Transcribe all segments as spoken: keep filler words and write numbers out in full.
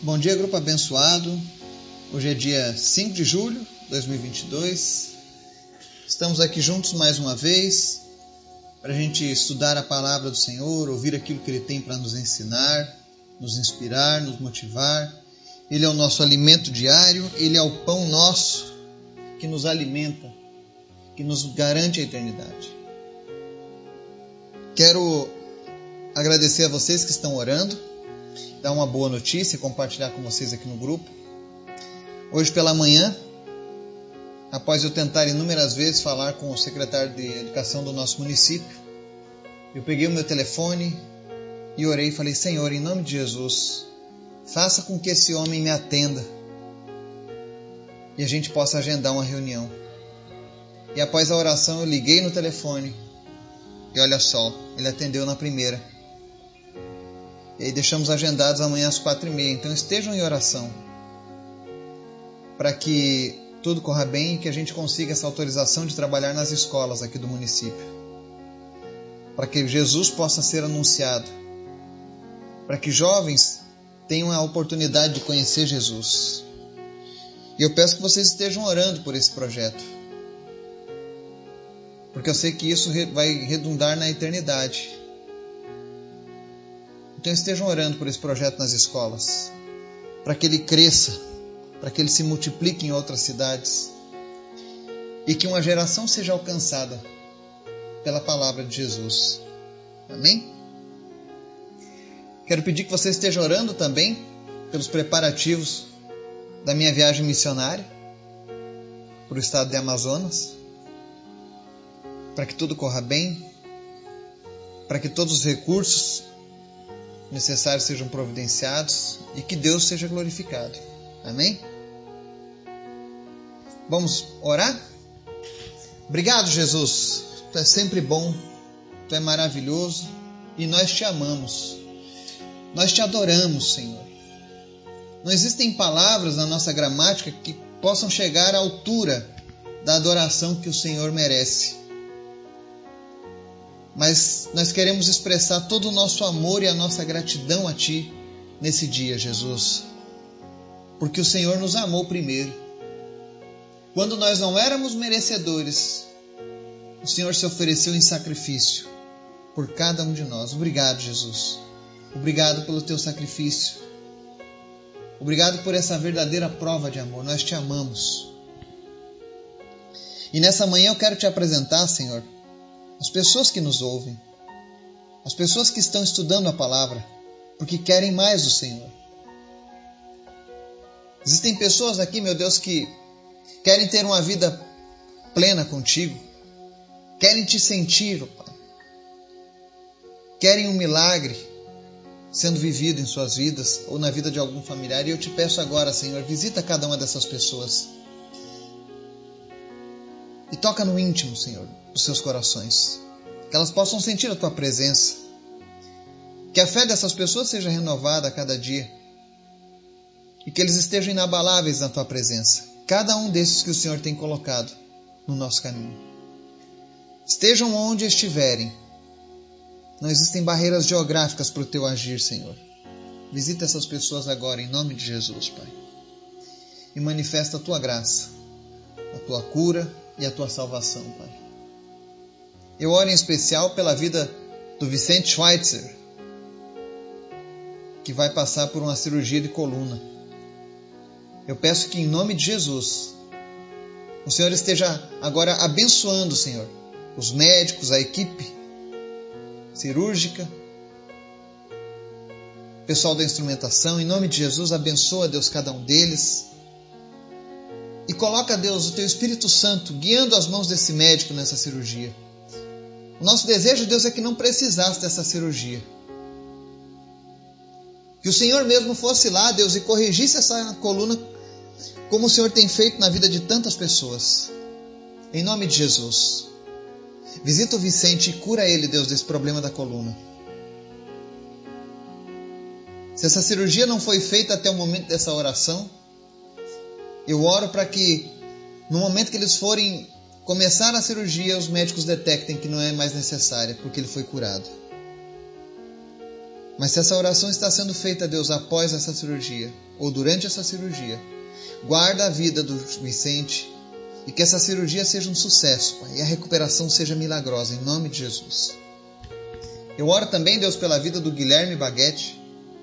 Bom dia, grupo abençoado. Hoje é dia cinco de julho de dois mil e vinte e dois. Estamos aqui juntos mais uma vez para a gente estudar a palavra do Senhor, ouvir aquilo que Ele tem para nos ensinar, nos inspirar, nos motivar. Ele é o nosso alimento diário, Ele é o pão nosso que nos alimenta, que nos garante a eternidade. Quero agradecer a vocês que estão orando, dar uma boa notícia, compartilhar com vocês aqui no grupo. Hoje pela manhã, após eu tentar inúmeras vezes falar com o secretário de Educação do nosso município, eu peguei o meu telefone e orei e falei: Senhor, em nome de Jesus, faça com que esse homem me atenda e a gente possa agendar uma reunião. E após a oração eu liguei no telefone e olha só, ele atendeu na primeira. E aí deixamos agendados amanhã às quatro e meia. Então estejam em oração para que tudo corra bem e que a gente consiga essa autorização de trabalhar nas escolas aqui do município. Para que Jesus possa ser anunciado. Para que jovens tenham a oportunidade de conhecer Jesus. E eu peço que vocês estejam orando por esse projeto. Porque eu sei que isso vai redundar na eternidade. Então estejam orando por esse projeto nas escolas, para que ele cresça, para que ele se multiplique em outras cidades e que uma geração seja alcançada pela palavra de Jesus. Amém? Quero pedir que você esteja orando também pelos preparativos da minha viagem missionária para o estado de Amazonas, para que tudo corra bem, para que todos os recursos necessários sejam providenciados e que Deus seja glorificado. Amém? Vamos orar? Obrigado, Jesus. Tu és sempre bom, Tu é maravilhoso e nós Te amamos. Nós Te adoramos, Senhor. Não existem palavras na nossa gramática que possam chegar à altura da adoração que o Senhor merece. Mas nós queremos expressar todo o nosso amor e a nossa gratidão a Ti nesse dia, Jesus. Porque o Senhor nos amou primeiro. Quando nós não éramos merecedores, o Senhor se ofereceu em sacrifício por cada um de nós. Obrigado, Jesus. Obrigado pelo Teu sacrifício. Obrigado por essa verdadeira prova de amor. Nós Te amamos. E nessa manhã eu quero Te apresentar, Senhor, as pessoas que nos ouvem, as pessoas que estão estudando a palavra, porque querem mais do Senhor. Existem pessoas aqui, meu Deus, que querem ter uma vida plena contigo, querem Te sentir, oh Pai. Querem um milagre sendo vivido em suas vidas ou na vida de algum familiar. E eu Te peço agora, Senhor, visita cada uma dessas pessoas. E toca no íntimo, Senhor, dos seus corações. Que elas possam sentir a Tua presença. Que a fé dessas pessoas seja renovada a cada dia. E que eles estejam inabaláveis na Tua presença. Cada um desses que o Senhor tem colocado no nosso caminho. Estejam onde estiverem. Não existem barreiras geográficas para o Teu agir, Senhor. Visita essas pessoas agora, em nome de Jesus, Pai. E manifesta a Tua graça, a Tua cura e a Tua salvação, Pai. Eu oro em especial pela vida do Vicente Schweitzer, que vai passar por uma cirurgia de coluna. Eu peço que em nome de Jesus, o Senhor esteja agora abençoando, Senhor, os médicos, a equipe cirúrgica, o pessoal da instrumentação. Em nome de Jesus, abençoa, Deus, cada um deles. E coloca, Deus, o Teu Espírito Santo guiando as mãos desse médico nessa cirurgia. O nosso desejo, Deus, é que não precisasse dessa cirurgia. Que o Senhor mesmo fosse lá, Deus, e corrigisse essa coluna como o Senhor tem feito na vida de tantas pessoas. Em nome de Jesus. Visita o Vicente e cura ele, Deus, desse problema da coluna. Se essa cirurgia não foi feita até o momento dessa oração, eu oro para que no momento que eles forem começar a cirurgia, os médicos detectem que não é mais necessária, porque ele foi curado. Mas se essa oração está sendo feita, Deus, após essa cirurgia, ou durante essa cirurgia, guarda a vida do Vicente e que essa cirurgia seja um sucesso, Pai, e a recuperação seja milagrosa, em nome de Jesus. Eu oro também, Deus, pela vida do Guilherme Baguete,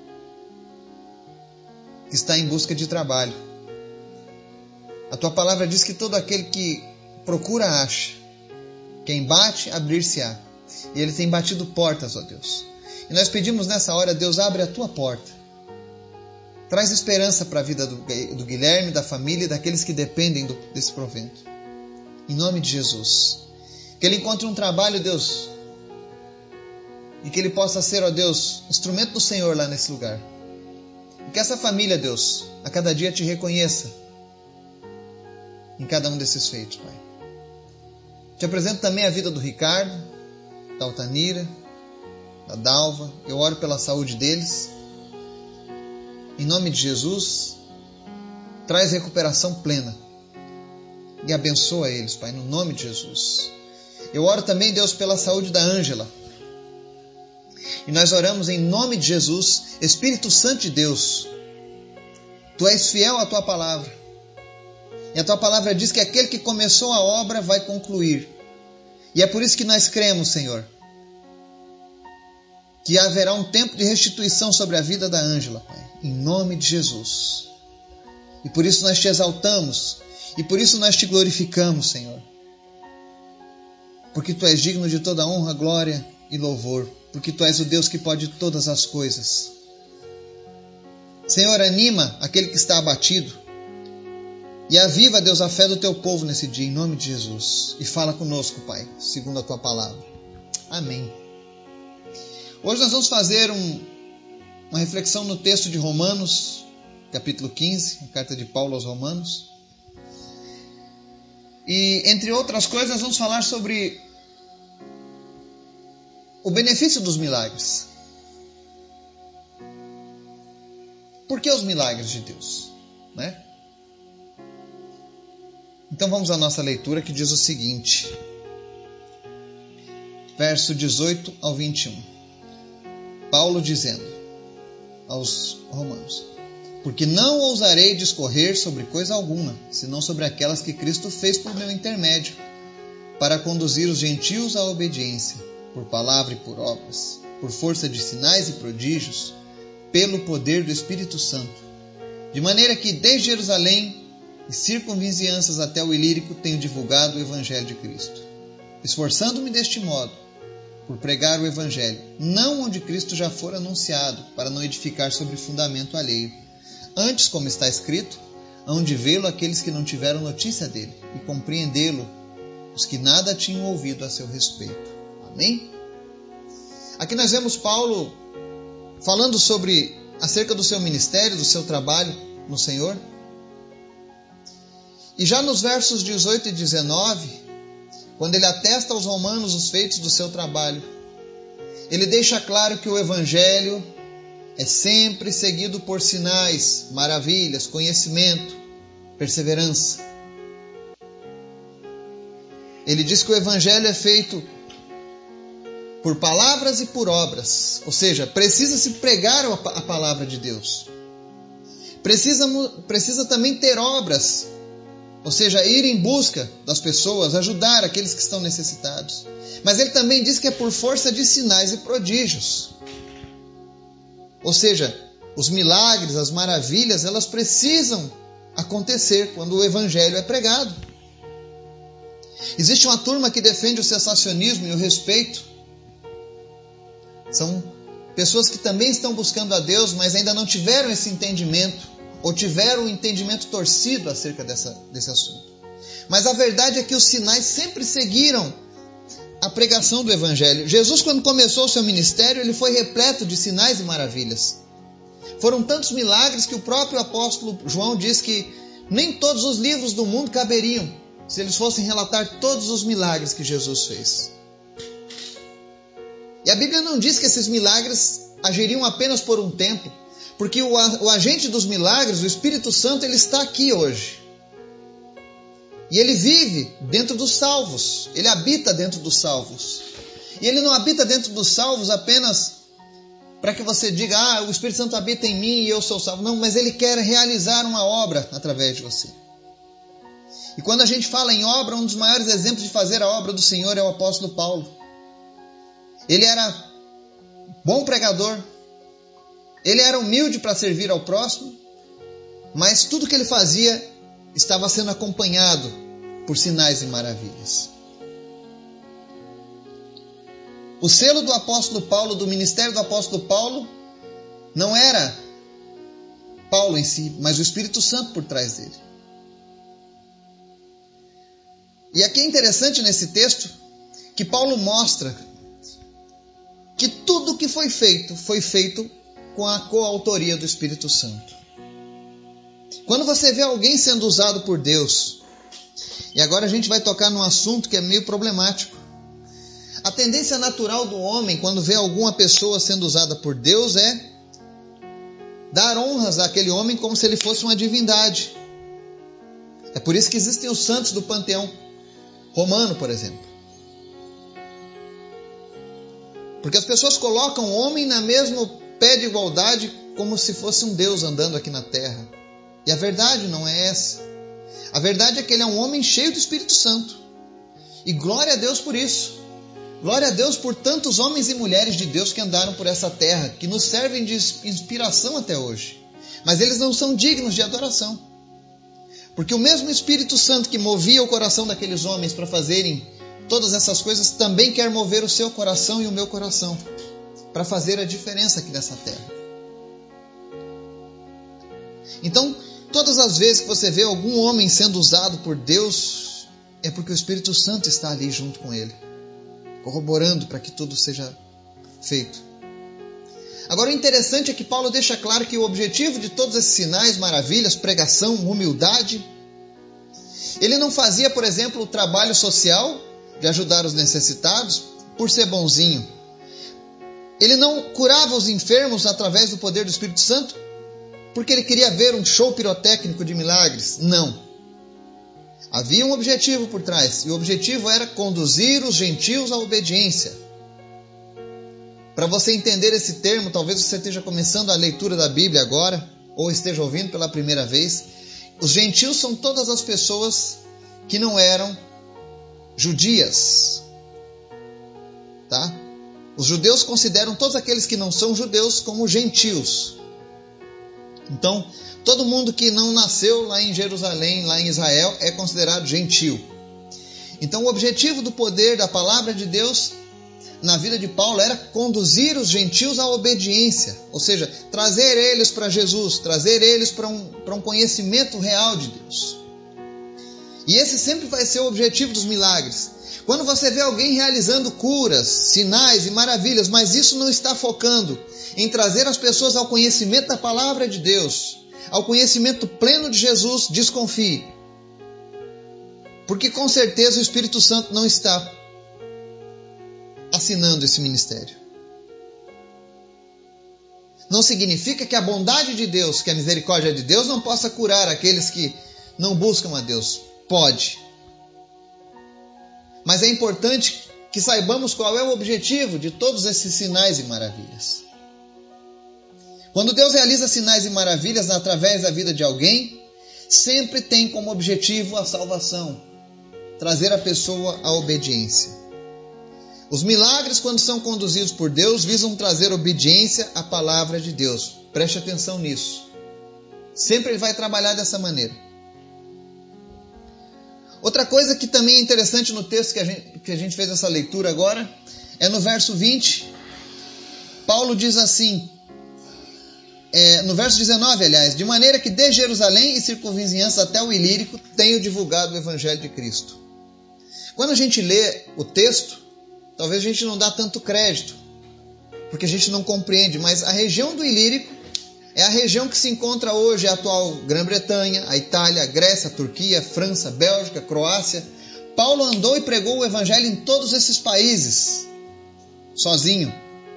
que está em busca de trabalho. A Tua palavra diz que todo aquele que procura acha. Quem bate, abrir-se-á. E ele tem batido portas, ó Deus. E nós pedimos nessa hora, Deus, abre a Tua porta. Traz esperança para a vida do, do Guilherme, da família e daqueles que dependem do, desse provento. Em nome de Jesus. Que ele encontre um trabalho, Deus, e que ele possa ser, ó Deus, instrumento do Senhor lá nesse lugar. E que essa família, Deus, a cada dia te reconheça em cada um desses feitos, Pai. Te apresento também a vida do Ricardo, da Altanira, da Dalva. Eu oro pela saúde deles. Em nome de Jesus, traz recuperação plena e abençoa eles, Pai, no nome de Jesus. Eu oro também, Deus, pela saúde da Ângela. E nós oramos em nome de Jesus, Espírito Santo de Deus. Tu és fiel à Tua palavra. E a Tua palavra diz que aquele que começou a obra vai concluir. E é por isso que nós cremos, Senhor, que haverá um tempo de restituição sobre a vida da Ângela, Pai, em nome de Jesus. E por isso nós Te exaltamos, e por isso nós Te glorificamos, Senhor. Porque Tu és digno de toda honra, glória e louvor, porque Tu és o Deus que pode todas as coisas. Senhor, anima aquele que está abatido, e aviva, Deus, a fé do Teu povo nesse dia, em nome de Jesus. E fala conosco, Pai, segundo a Tua palavra. Amém. Hoje nós vamos fazer um, uma reflexão no texto de Romanos, capítulo quinze, a carta de Paulo aos Romanos. E, entre outras coisas, nós vamos falar sobre o benefício dos milagres. Por que os milagres de Deus? Né? Então vamos à nossa leitura, que diz o seguinte, verso dezoito ao vinte e um. Paulo dizendo aos romanos: porque não ousarei discorrer sobre coisa alguma, senão sobre aquelas que Cristo fez por meu intermédio, para conduzir os gentios à obediência, por palavra e por obras, por força de sinais e prodígios, pelo poder do Espírito Santo, de maneira que desde Jerusalém e circunvizinhanças até o Ilírico tenho divulgado o Evangelho de Cristo, esforçando-me deste modo, por pregar o Evangelho, não onde Cristo já for anunciado, para não edificar sobre fundamento alheio. Antes, como está escrito, hão de vê-lo aqueles que não tiveram notícia dele, e compreendê-lo os que nada tinham ouvido a seu respeito. Amém? Aqui nós vemos Paulo falando sobre, acerca do seu ministério, do seu trabalho no Senhor. E já nos versos dezoito e dezenove, quando ele atesta aos romanos os feitos do seu trabalho, ele deixa claro que o Evangelho é sempre seguido por sinais, maravilhas, conhecimento, perseverança. Ele diz que o Evangelho é feito por palavras e por obras, ou seja, precisa-se pregar a palavra de Deus. Precisa, precisa também ter obras, ou seja, ir em busca das pessoas, ajudar aqueles que estão necessitados. Mas ele também diz que é por força de sinais e prodígios. Ou seja, os milagres, as maravilhas, elas precisam acontecer quando o Evangelho é pregado. Existe uma turma que defende o cessacionismo e o respeito. São pessoas que também estão buscando a Deus, mas ainda não tiveram esse entendimento, ou tiveram um entendimento torcido acerca dessa, desse assunto. Mas a verdade é que os sinais sempre seguiram a pregação do Evangelho. Jesus, quando começou o seu ministério, ele foi repleto de sinais e maravilhas. Foram tantos milagres que o próprio apóstolo João diz que nem todos os livros do mundo caberiam se eles fossem relatar todos os milagres que Jesus fez. E a Bíblia não diz que esses milagres agiriam apenas por um tempo, porque o, o agente dos milagres, o Espírito Santo, ele está aqui hoje. E ele vive dentro dos salvos, ele habita dentro dos salvos. E ele não habita dentro dos salvos apenas para que você diga, ah, o Espírito Santo habita em mim e eu sou salvo. Não, mas Ele quer realizar uma obra através de você. E quando a gente fala em obra, um dos maiores exemplos de fazer a obra do Senhor é o apóstolo Paulo. Ele era bom pregador, ele era humilde para servir ao próximo, mas tudo que ele fazia estava sendo acompanhado por sinais e maravilhas. O selo do apóstolo Paulo, do ministério do apóstolo Paulo, não era Paulo em si, mas o Espírito Santo por trás dele. E aqui é interessante nesse texto que Paulo mostra que tudo o que foi feito, foi feito com a coautoria do Espírito Santo. Quando você vê alguém sendo usado por Deus, e agora a gente vai tocar num assunto que é meio problemático. A tendência natural do homem, quando vê alguma pessoa sendo usada por Deus, é dar honras àquele homem como se ele fosse uma divindade. É por isso que existem os santos do panteão romano, por exemplo. Porque as pessoas colocam o homem na mesmo pé de igualdade como se fosse um Deus andando aqui na terra. E a verdade não é essa. A verdade é que ele é um homem cheio do Espírito Santo. E glória a Deus por isso. Glória a Deus por tantos homens e mulheres de Deus que andaram por essa terra, que nos servem de inspiração até hoje. Mas eles não são dignos de adoração. Porque o mesmo Espírito Santo que movia o coração daqueles homens para fazerem todas essas coisas, também quer mover o seu coração e o meu coração para fazer a diferença aqui nessa terra. Então, todas as vezes que você vê algum homem sendo usado por Deus, é porque o Espírito Santo está ali junto com ele, corroborando para que tudo seja feito. Agora, o interessante é que Paulo deixa claro que o objetivo de todos esses sinais, maravilhas, pregação, humildade, ele não fazia, por exemplo, o trabalho social de ajudar os necessitados por ser bonzinho. Ele não curava os enfermos através do poder do Espírito Santo porque ele queria ver um show pirotécnico de milagres. Não. Havia um objetivo por trás, e o objetivo era conduzir os gentios à obediência. Para você entender esse termo, talvez você esteja começando a leitura da Bíblia agora, ou esteja ouvindo pela primeira vez. Os gentios são todas as pessoas que não eram judias. Tá? Os judeus consideram todos aqueles que não são judeus como gentios. Então, todo mundo que não nasceu lá em Jerusalém, lá em Israel, é considerado gentio. Então, o objetivo do poder da palavra de Deus na vida de Paulo era conduzir os gentios à obediência, ou seja, trazer eles para Jesus, trazer eles para um, para um conhecimento real de Deus. E esse sempre vai ser o objetivo dos milagres. Quando você vê alguém realizando curas, sinais e maravilhas, mas isso não está focando em trazer as pessoas ao conhecimento da palavra de Deus, ao conhecimento pleno de Jesus, desconfie. Porque com certeza o Espírito Santo não está assinando esse ministério. Não significa que a bondade de Deus, que a misericórdia de Deus não possa curar aqueles que não buscam a Deus. Pode. Mas é importante que saibamos qual é o objetivo de todos esses sinais e maravilhas. Quando Deus realiza sinais e maravilhas através da vida de alguém, sempre tem como objetivo a salvação, trazer a pessoa à obediência. Os milagres, quando são conduzidos por Deus, visam trazer obediência à palavra de Deus. Preste atenção nisso. Sempre Ele vai trabalhar dessa maneira. Outra coisa que também é interessante no texto que a gente, que a gente fez essa leitura agora, é no verso vinte. Paulo diz assim, é, no verso dezenove, aliás, de maneira que de Jerusalém e circunvizinhança até o Ilírico tenho divulgado o Evangelho de Cristo. Quando a gente lê o texto, talvez a gente não dá tanto crédito, porque a gente não compreende, mas a região do Ilírico é a região que se encontra hoje a atual Grã-Bretanha, a Itália, a Grécia, a Turquia, a França, a Bélgica, a Croácia. Paulo andou e pregou o Evangelho em todos esses países, sozinho.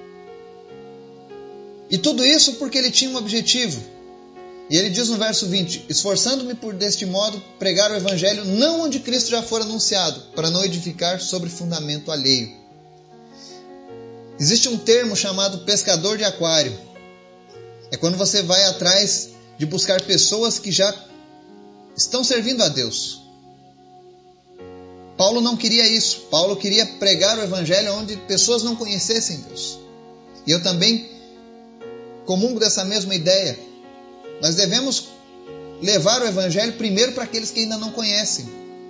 E tudo isso porque ele tinha um objetivo. E ele diz no verso vinte, esforçando-me por deste modo pregar o Evangelho não onde Cristo já for anunciado, para não edificar sobre fundamento alheio. Existe um termo chamado pescador de aquário. É quando você vai atrás de buscar pessoas que já estão servindo a Deus. Paulo não queria isso. Paulo queria pregar o evangelho onde pessoas não conhecessem Deus. E eu também comungo dessa mesma ideia. Nós devemos levar o evangelho primeiro para aqueles que ainda não conhecem.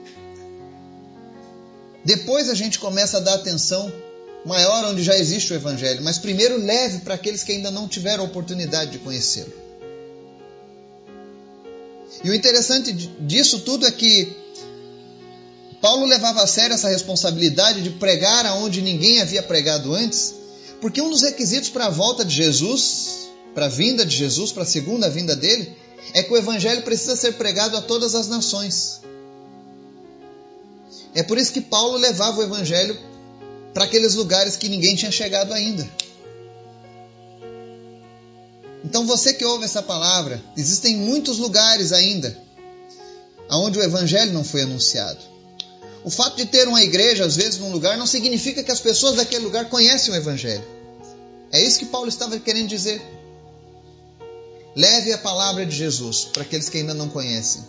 Depois a gente começa a dar atenção maior onde já existe o evangelho. Mas primeiro leve para aqueles que ainda não tiveram a oportunidade de conhecê-lo. E o interessante disso tudo é que Paulo levava a sério essa responsabilidade de pregar aonde ninguém havia pregado antes, porque um dos requisitos para a volta de Jesus, para a vinda de Jesus, para a segunda vinda dele, é que o evangelho precisa ser pregado a todas as nações. É por isso que Paulo levava o evangelho para aqueles lugares que ninguém tinha chegado ainda. Então você que ouve essa palavra, existem muitos lugares ainda onde o evangelho não foi anunciado. O fato de ter uma igreja, às vezes, num lugar, não significa que as pessoas daquele lugar conhecem o evangelho. É isso que Paulo estava querendo dizer. Leve a palavra de Jesus para aqueles que ainda não conhecem.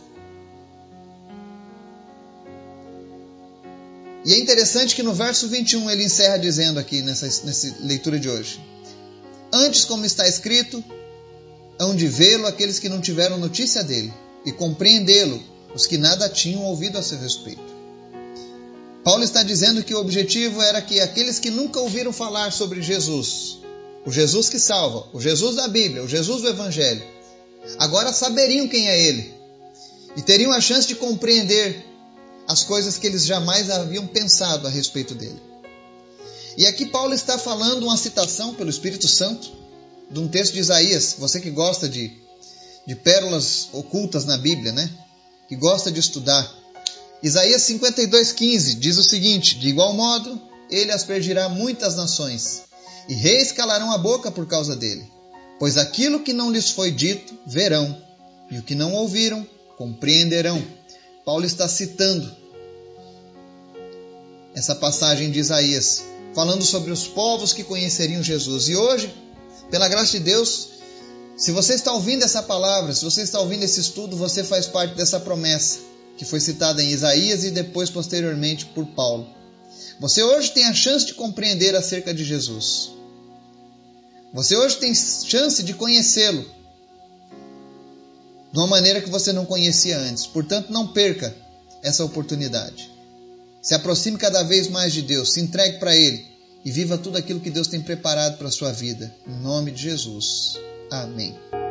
E é interessante que no verso vinte e um ele encerra dizendo aqui, nessa, nessa leitura de hoje: antes, como está escrito, hão de vê-lo aqueles que não tiveram notícia dele, e compreendê-lo os que nada tinham ouvido a seu respeito. Paulo está dizendo que o objetivo era que aqueles que nunca ouviram falar sobre Jesus, o Jesus que salva, o Jesus da Bíblia, o Jesus do Evangelho, agora saberiam quem é Ele e teriam a chance de compreender as coisas que eles jamais haviam pensado a respeito dele. E aqui Paulo está falando uma citação pelo Espírito Santo de um texto de Isaías. Você que gosta de, de pérolas ocultas na Bíblia, né? Que gosta de estudar. Isaías cinquenta e dois, quinze diz o seguinte: de igual modo, ele aspergirá muitas nações, e reis calarão a boca por causa dele. Pois aquilo que não lhes foi dito, verão, e o que não ouviram, compreenderão. Paulo está citando essa passagem de Isaías, falando sobre os povos que conheceriam Jesus. E hoje, pela graça de Deus, se você está ouvindo essa palavra, se você está ouvindo esse estudo, você faz parte dessa promessa que foi citada em Isaías e depois posteriormente por Paulo. Você hoje tem a chance de compreender acerca de Jesus. Você hoje tem chance de conhecê-lo de uma maneira que você não conhecia antes. Portanto, não perca essa oportunidade. Se aproxime cada vez mais de Deus, se entregue para Ele e viva tudo aquilo que Deus tem preparado para a sua vida. Em nome de Jesus. Amém.